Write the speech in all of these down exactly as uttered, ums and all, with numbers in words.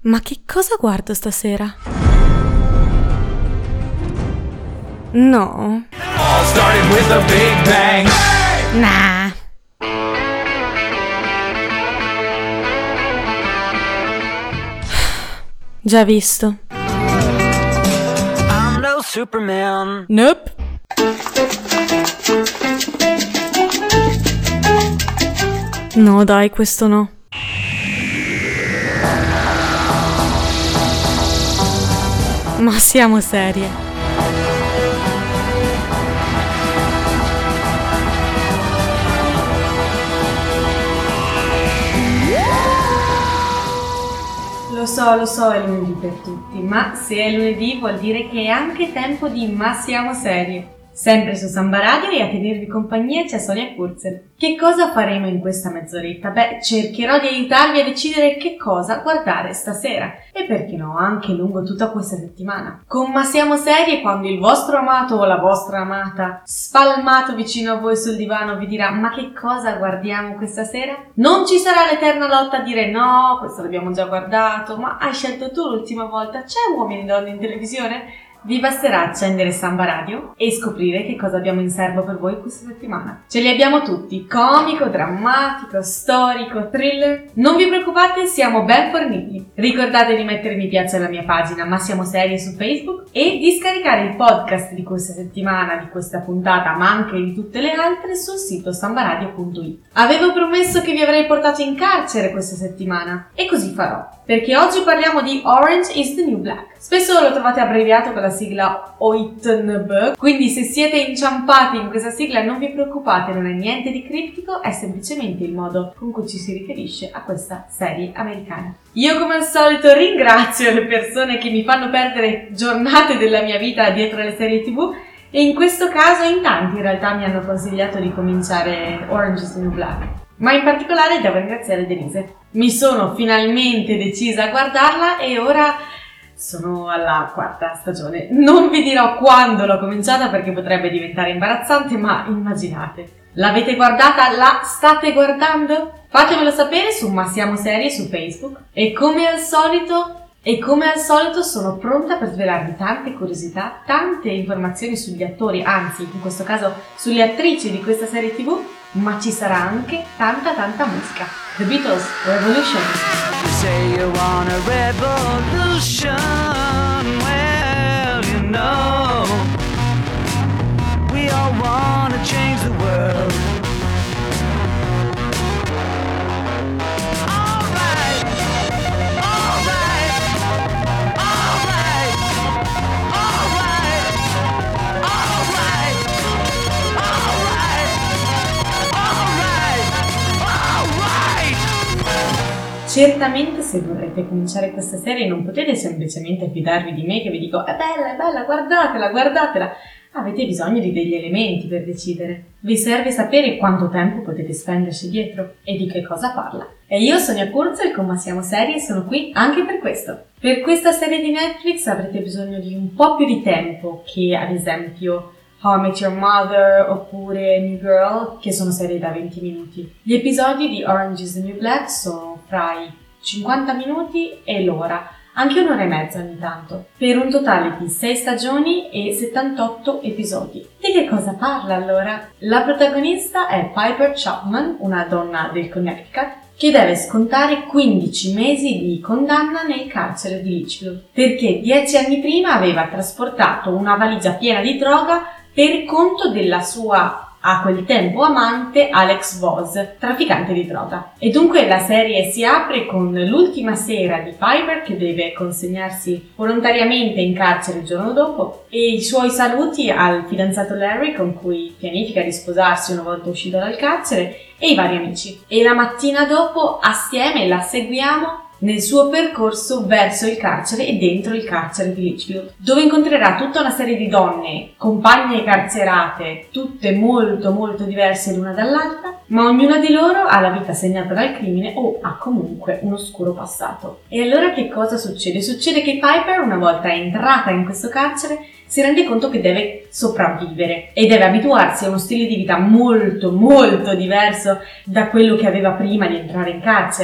Ma che cosa guardo stasera? No. All started with a big bang. Nah. Già visto. I'm no Superman. Nope. No, dai, questo no. Ma siamo serie. Lo so, lo so, è lunedì per tutti, ma se è lunedì vuol dire che è anche tempo di Ma siamo serie. Sempre su Samba Radio e a tenervi compagnia c'è Sonia Kurzel. Che cosa faremo in questa mezz'oretta? Beh, cercherò di aiutarvi a decidere che cosa guardare stasera. E perché no, anche lungo tutta questa settimana. Con Ma siamo serie, quando il vostro amato o la vostra amata, spalmato vicino a voi sul divano, vi dirà: ma che cosa guardiamo questa sera? Non ci sarà l'eterna lotta a dire: no, questo l'abbiamo già guardato, ma hai scelto tu l'ultima volta, c'è Uomini e Donne in televisione? Vi basterà accendere Samba Radio e scoprire che cosa abbiamo in serbo per voi questa settimana. Ce li abbiamo tutti: comico, drammatico, storico, thriller. Non vi preoccupate, siamo ben forniti. Ricordate di mettere mi piace alla mia pagina Ma siamo serie su Facebook e di scaricare il podcast di questa settimana, di questa puntata, ma anche di tutte le altre sul sito sambaradio punto it. Avevo promesso che vi avrei portato in carcere questa settimana e così farò, perché oggi parliamo di Orange is the New Black. Spesso lo trovate abbreviato con la sigla O I T N B, quindi se siete inciampati in questa sigla non vi preoccupate, non è niente di criptico, è semplicemente il modo con cui ci si riferisce a questa serie americana. Io come al solito ringrazio le persone che mi fanno perdere giornate della mia vita dietro le serie tv e in questo caso in tanti in realtà mi hanno consigliato di cominciare Orange is the New Black. Ma in particolare devo ringraziare Denise. Mi sono finalmente decisa a guardarla e ora sono alla quarta stagione. Non vi dirò quando l'ho cominciata perché potrebbe diventare imbarazzante, ma immaginate. L'avete guardata? La state guardando? Fatemelo sapere su Ma siamo serie su Facebook. E come al solito, e come al solito sono pronta per svelarvi tante curiosità, tante informazioni sugli attori, anzi in questo caso sulle attrici di questa serie tv, ma ci sarà anche tanta tanta musica. The Beatles, Revolution. You say you want a revolution. Well, you know, we all want to change the world. All right, all right, all right, all right, all right, all right, all right, all right. Certamente se vorrete cominciare questa serie non potete semplicemente fidarvi di me che vi dico: è bella, è bella, guardatela, guardatela. Avete bisogno di degli elementi per decidere. Vi serve sapere quanto tempo potete spenderci dietro e di che cosa parla. E io, Sonia Kurzel, con Ma siamo serie, sono qui anche per questo. Per questa serie di Netflix avrete bisogno di un po' più di tempo che, ad esempio, How I Met Your Mother oppure New Girl, che sono serie da venti minuti. Gli episodi di Orange is the New Black sono fra i cinquanta minuti e l'ora, anche un'ora e mezza ogni tanto, per un totale di sei stagioni e settantotto episodi. Di che cosa parla allora? La protagonista è Piper Chapman, una donna del Connecticut, che deve scontare quindici mesi di condanna nel carcere di Litchfield, perché dieci anni prima aveva trasportato una valigia piena di droga per conto della sua, a quel tempo, amante Alex Voss, trafficante di droga. E dunque la serie si apre con l'ultima sera di Piper che deve consegnarsi volontariamente in carcere il giorno dopo e i suoi saluti al fidanzato Larry con cui pianifica di sposarsi una volta uscito dal carcere e i vari amici. E la mattina dopo assieme la seguiamo nel suo percorso verso il carcere e dentro il carcere di Litchfield, dove incontrerà tutta una serie di donne, compagne carcerate, tutte molto molto diverse l'una dall'altra, ma ognuna di loro ha la vita segnata dal crimine o ha comunque un oscuro passato. E allora che cosa succede? Succede che Piper, una volta entrata in questo carcere, si rende conto che deve sopravvivere e deve abituarsi a uno stile di vita molto molto diverso da quello che aveva prima di entrare in carcere.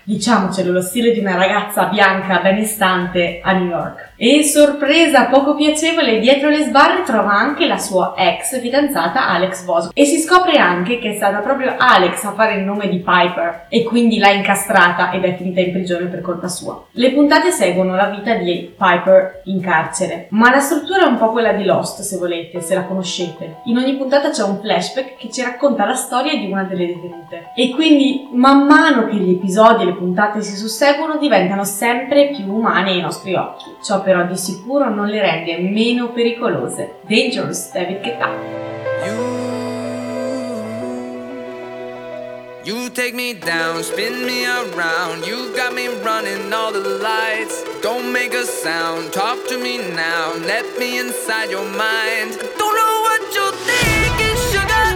Diciamocelo, lo stile di una ragazza bianca benestante a New York. E sorpresa poco piacevole, dietro le sbarre trova anche la sua ex fidanzata Alex Voss e si scopre anche che è stata proprio Alex a fare il nome di Piper e quindi l'ha incastrata ed è finita in prigione per colpa sua. Le puntate seguono la vita di Piper in carcere, ma la struttura è un po' quella di Lost, se volete, se la conoscete. In ogni puntata c'è un flashback che ci racconta la storia di una delle detenute e quindi man mano che gli episodi e le puntate si susseguono diventano sempre più umane ai nostri occhi. Ciò però di sicuro non le rende meno pericolose. Dangerous, David Guetta. You, you take me down, spin me around. You got me running all the lights. Don't make a sound, talk to me now. Let me inside your mind. I don't know what you're thinking, sugar.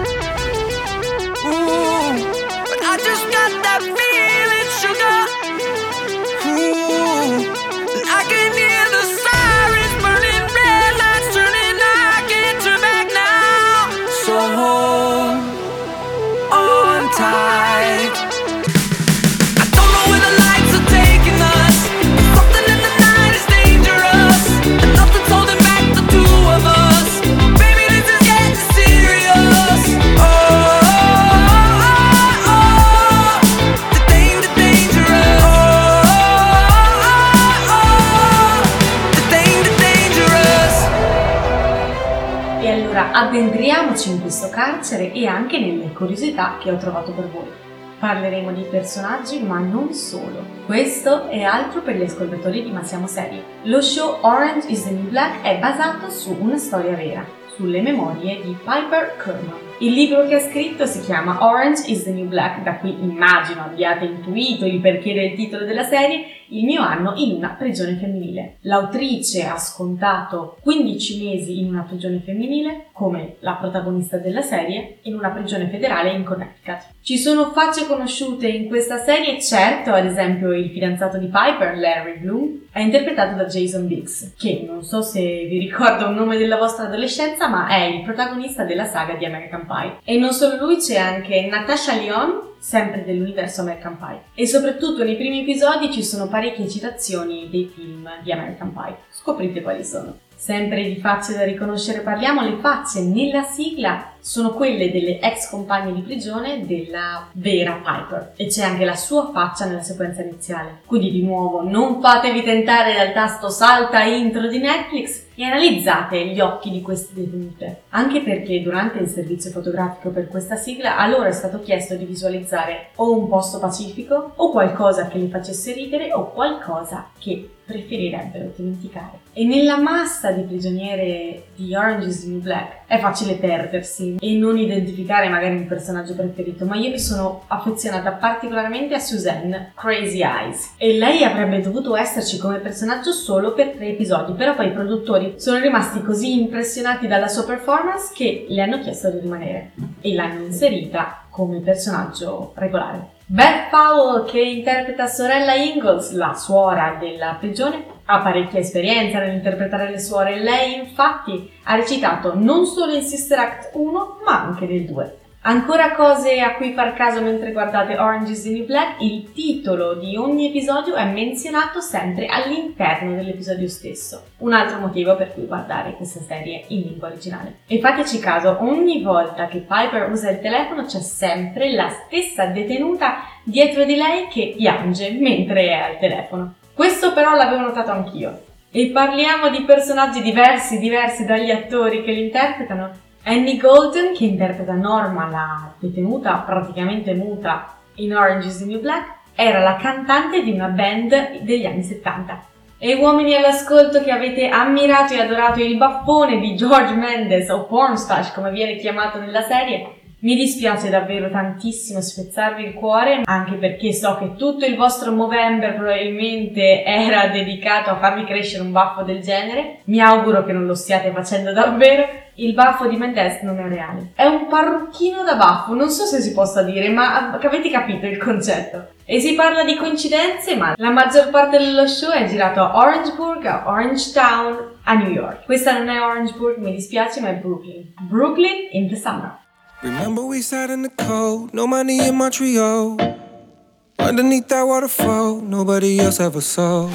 Ooh, but I just got that feeling, sugar. Ooh, and I can hear the sirens burning, red lights turning. I can't turn back now. So hold on tight. I don't know where the lights are taking us. Something in the night is dangerous, and nothing's holding back the two of us. Baby, this is getting serious. Oh, oh, oh, oh. The danger, dangerous. Oh, oh, oh. The danger, dangerous. E allora addentriamoci in questo carcere e anche nelle curiosità che ho trovato per voi. Parleremo di personaggi, ma non solo. Questo è altro per gli ascoltatori di Ma Siamo Serie. Lo show Orange is the New Black è basato su una storia vera, sulle memorie di Piper Kerman. Il libro che ha scritto si chiama Orange is the New Black, da cui immagino abbiate intuito il perché del titolo della serie, Il mio anno in una prigione femminile. L'autrice ha scontato quindici mesi in una prigione femminile, come la protagonista della serie, in una prigione federale in Connecticut. Ci sono facce conosciute in questa serie, certo, ad esempio il fidanzato di Piper, Larry Bloom, è interpretato da Jason Biggs, che non so se vi ricordo un nome della vostra adolescenza, ma è il protagonista della saga di American Pie. E non solo lui, c'è anche Natasha Lyonne, sempre dell'universo American Pie. E soprattutto nei primi episodi ci sono parecchie citazioni dei film di American Pie. Scoprite quali sono. Sempre di facce da riconoscere parliamo, le facce nella sigla sono quelle delle ex compagne di prigione della vera Piper e c'è anche la sua faccia nella sequenza iniziale. Quindi di nuovo non fatevi tentare dal tasto salta intro di Netflix e analizzate gli occhi di queste detenute, anche perché durante il servizio fotografico per questa sigla a loro è stato chiesto di visualizzare o un posto pacifico o qualcosa che li facesse ridere o qualcosa che preferirebbero dimenticare. E nella massa di prigioniere di Orange is the New Black è facile perdersi e non identificare magari un personaggio preferito, ma io mi sono affezionata particolarmente a Suzanne Crazy Eyes e lei avrebbe dovuto esserci come personaggio solo per tre episodi, però poi i produttori sono rimasti così impressionati dalla sua performance che le hanno chiesto di rimanere e l'hanno inserita come personaggio regolare. Beth Powell, che interpreta sorella Ingalls, la suora della prigione, ha parecchia esperienza nell'interpretare le suore. Lei infatti ha recitato non solo in Sister Act uno ma anche nel due. Ancora cose a cui far caso mentre guardate Orange is the New Black: il titolo di ogni episodio è menzionato sempre all'interno dell'episodio stesso. Un altro motivo per cui guardare questa serie in lingua originale. E fateci caso, ogni volta che Piper usa il telefono c'è sempre la stessa detenuta dietro di lei che piange mentre è al telefono. Questo però l'avevo notato anch'io. E parliamo di personaggi diversi, diversi dagli attori che li interpretano. Annie Golden, che interpreta Norma, la detenuta praticamente muta in Orange is the New Black, era la cantante di una band degli anni settanta. E uomini all'ascolto che avete ammirato e adorato il baffone di George Mendes, o Pornstache come viene chiamato nella serie, mi dispiace davvero tantissimo spezzarvi il cuore, anche perché so che tutto il vostro Movember probabilmente era dedicato a farvi crescere un baffo del genere. Mi auguro che non lo stiate facendo davvero. Il baffo di Mendes non è reale. È un parrucchino da baffo, non so se si possa dire, ma avete capito il concetto. E si parla di coincidenze, ma la maggior parte dello show è girato a Orangeburg, a Orangetown, a New York. Questa non è Orangeburg, mi dispiace, ma è Brooklyn. Brooklyn in the summer. Remember we sat in the cold, no money in Montreal. Underneath that waterfall, nobody else ever saw.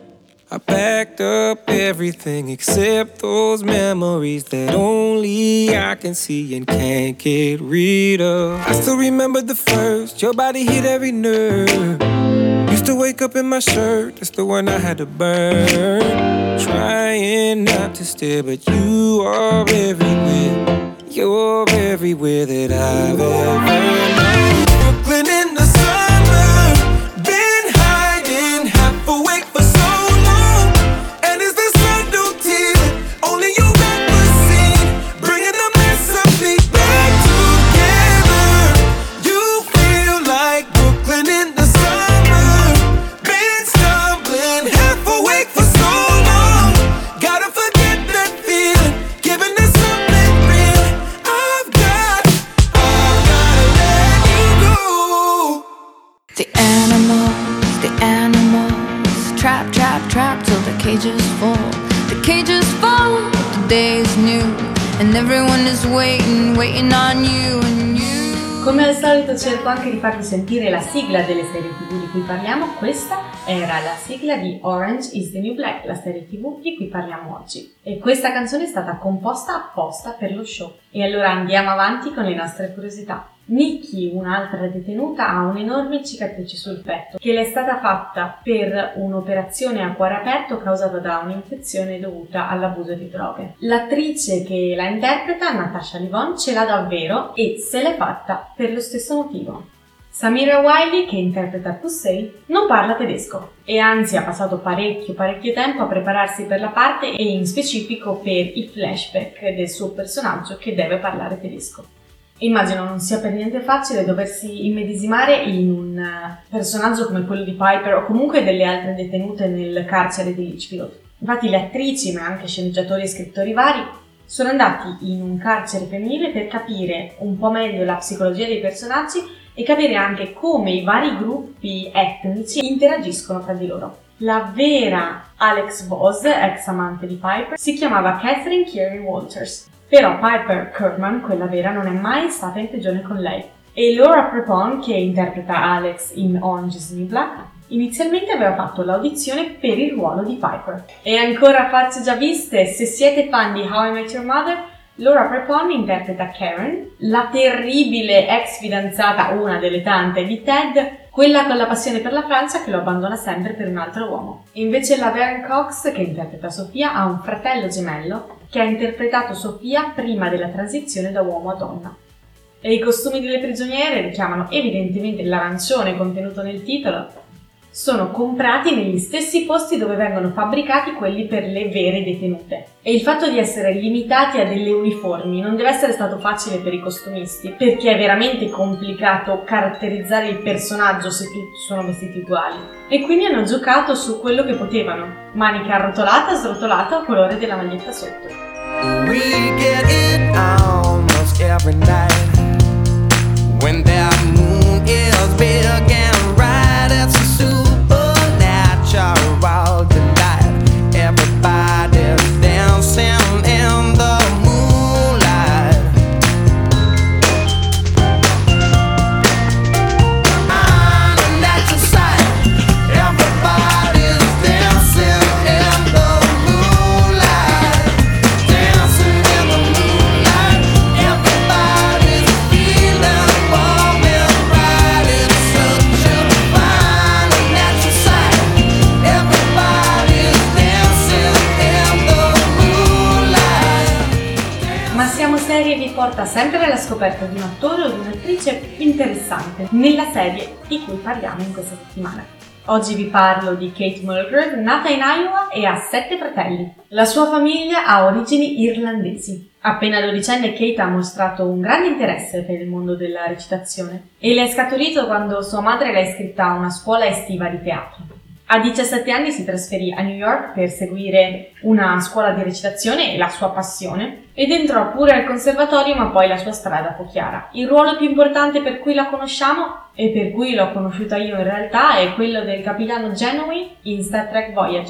I packed up everything except those memories that only I can see and can't get rid of. I still remember the first, your body hit every nerve. Used to wake up in my shirt, that's the one I had to burn. Trying not to stare, but you are everywhere. You're everywhere that I've ever known. Brooklyn in the summer, been hiding, half awake for so long. And is the sun don't tease, only you ever seen, bringing the mess of me back together. You feel like Brooklyn in the summer, been stumbling, half awake for so long. Gotta forget that feeling, giving us something real. I've got, I've gotta let you go. The animals, the animals, trap, trap, trap till the cages fall. The cages fall, the day is new, and everyone is waiting, waiting on you and you. Come al solito cerco anche di farvi sentire la sigla delle serie tv di cui parliamo. Questa era la sigla di Orange is the New Black, la serie tv di cui parliamo oggi. E questa canzone è stata composta apposta per lo show. E allora andiamo avanti con le nostre curiosità. Nikki, un'altra detenuta, ha un'enorme cicatrice sul petto che le è stata fatta per un'operazione a cuore aperto causata da un'infezione dovuta all'abuso di droghe. L'attrice che la interpreta, Natasha Lyonne, ce l'ha davvero e se l'è fatta per lo stesso motivo. Samira Wiley, che interpreta Pussy, non parla tedesco e anzi ha passato parecchio parecchio tempo a prepararsi per la parte e in specifico per i flashback del suo personaggio che deve parlare tedesco. Immagino non sia per niente facile doversi immedesimare in un personaggio come quello di Piper o comunque delle altre detenute nel carcere di Litchfield. Infatti le attrici, ma anche sceneggiatori e scrittori vari, sono andati in un carcere femminile per capire un po' meglio la psicologia dei personaggi e capire anche come i vari gruppi etnici interagiscono tra di loro. La vera Alex Voss, ex amante di Piper, si chiamava Catherine Kieran Walters. Però Piper Kerman, quella vera, non è mai stata in prigione con lei. E Laura Prepon, che interpreta Alex in Orange is the New Black, inizialmente aveva fatto l'audizione per il ruolo di Piper. E ancora facce già viste, se siete fan di How I Met Your Mother, Laura Prepon interpreta Karen, la terribile ex fidanzata, una delle tante, di Ted, quella con la passione per la Francia che lo abbandona sempre per un altro uomo. Invece la Verne Cox, che interpreta Sofia, ha un fratello gemello che ha interpretato Sofia prima della transizione da uomo a donna. E i costumi delle prigioniere richiamano evidentemente l'arancione contenuto nel titolo. Sono comprati negli stessi posti dove vengono fabbricati quelli per le vere detenute. E il fatto di essere limitati a delle uniformi non deve essere stato facile per i costumisti, perché è veramente complicato caratterizzare il personaggio se tutti sono vestiti uguali. E quindi hanno giocato su quello che potevano: manica arrotolata, srotolata o colore della maglietta sotto. We get it almost every night when that moon is big and bright. It's a supernatural delight. Everybody's dancing in the moonlight. Ah, that's a sight. Everybody's dancing in the moonlight. Dancing in the moonlight. Everybody's feeling warm and bright. It's such a fine and natural sight. Everybody's dancing in the moonlight. Ma Siamo Serie vi porta sempre alla scoperta di un attore o di un'attrice interessante nella serie di cui parliamo in questa settimana. Oggi vi parlo di Kate Mulgrew, nata in Iowa e ha sette fratelli. La sua famiglia ha origini irlandesi. Appena dodicenne Kate ha mostrato un grande interesse per il mondo della recitazione e le è scaturito quando sua madre l'ha iscritta a una scuola estiva di teatro. A diciassette anni si trasferì a New York per seguire una scuola di recitazione e la sua passione ed entrò pure al conservatorio, ma poi la sua strada fu chiara. Il ruolo più importante per cui la conosciamo e per cui l'ho conosciuta io in realtà è quello del capitano Janeway in Star Trek Voyager.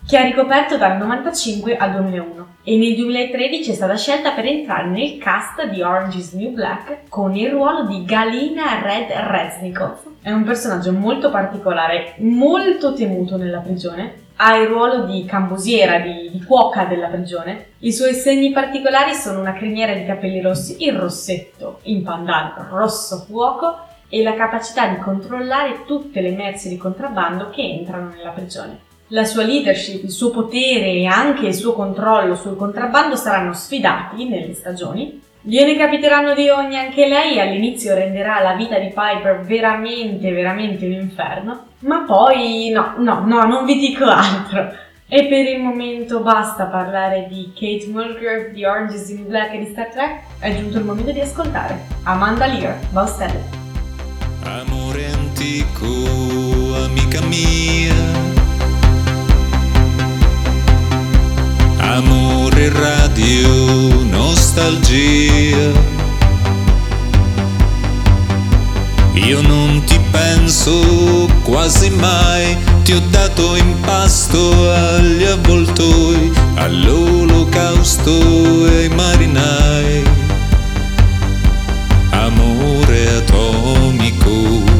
che ha ricoperto dal novantacinque al duemilauno e nel duemilatredici è stata scelta per entrare nel cast di Orange is the New Black con il ruolo di Galina Red Reznikov. È un personaggio molto particolare, molto temuto nella prigione. Ha il ruolo di cambosiera, di, di cuoca della prigione. I suoi segni particolari sono una criniera di capelli rossi, il rossetto in pandan rosso fuoco e la capacità di controllare tutte le merci di contrabbando che entrano nella prigione. La sua leadership, il suo potere e anche il suo controllo sul contrabbando saranno sfidati nelle stagioni. Gliene capiteranno di ogni anche lei e all'inizio renderà la vita di Piper veramente, veramente un inferno. Ma poi no, no, no, non vi dico altro. E per il momento basta parlare di Kate Mulgrew, di Orange is the New Black e di Star Trek. È giunto il momento di ascoltare Amanda Lear, Baustelle. Amore antico, amica mia. Amore radio, nostalgia. Io non ti penso quasi mai, ti ho dato in pasto agli avvoltoi, all'olocausto e ai marinai. Amore atomico,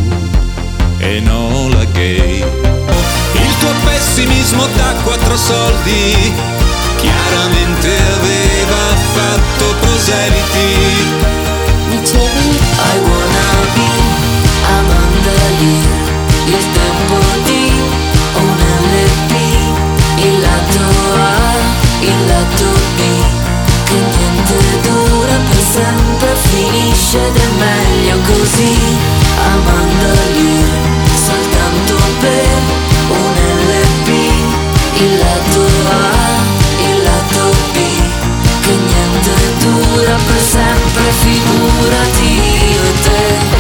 Enola Gay. Il tuo pessimismo da quattro soldi chiaramente aveva fatto proseliti. Dicevi I wanna be Amanda Lear, il tempo di un L P, il lato A, il lato B, che niente dura per sempre, finisce ed è meglio così. Amanda Lear, soltanto per un L P, il lato A, il lato B, che niente dura per sempre, figurati io e te.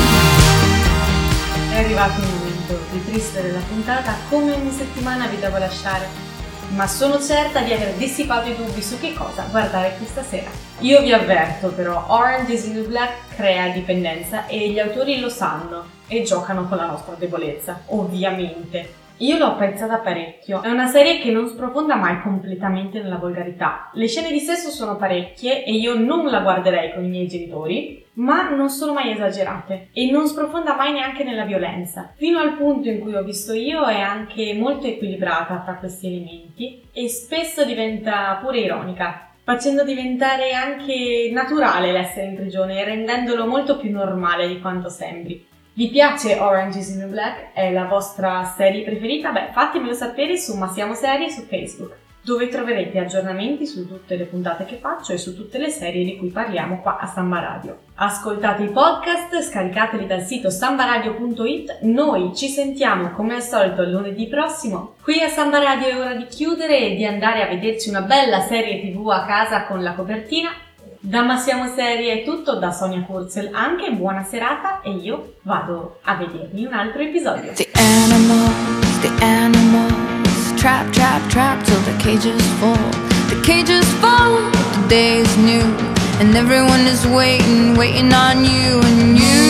È arrivato il momento più triste della puntata, come ogni settimana vi devo lasciare, ma sono certa di aver dissipato i dubbi su che cosa guardare questa sera. Io vi avverto però, Orange is the New Black crea dipendenza e gli autori lo sanno e giocano con la nostra debolezza, ovviamente. Io l'ho apprezzata parecchio, è una serie che non sprofonda mai completamente nella volgarità. Le scene di sesso sono parecchie e io non la guarderei con i miei genitori, ma non sono mai esagerate e non sprofonda mai neanche nella violenza. Fino al punto in cui ho visto io è anche molto equilibrata tra questi elementi e spesso diventa pure ironica, facendo diventare anche naturale l'essere in prigione e rendendolo molto più normale di quanto sembri. Vi piace Orange is the New Black? È la vostra serie preferita? Beh, fatemelo sapere su Ma Siamo Serie su Facebook, dove troverete aggiornamenti su tutte le puntate che faccio e su tutte le serie di cui parliamo qua a Samba Radio. Ascoltate i podcast, scaricateli dal sito sambaradio punto it. Noi ci sentiamo come al solito il lunedì prossimo. Qui a Samba Radio è ora di chiudere e di andare a vederci una bella serie tivù a casa con la copertina. Da Ma Siamo Serie è tutto, da Sonia Kurzel anche, buona serata e io vado a vedermi un altro episodio. The animals, the animals, trap, trap, trap till the cages fall. The cages fall, the day is new, and everyone is waiting, waiting on you and you.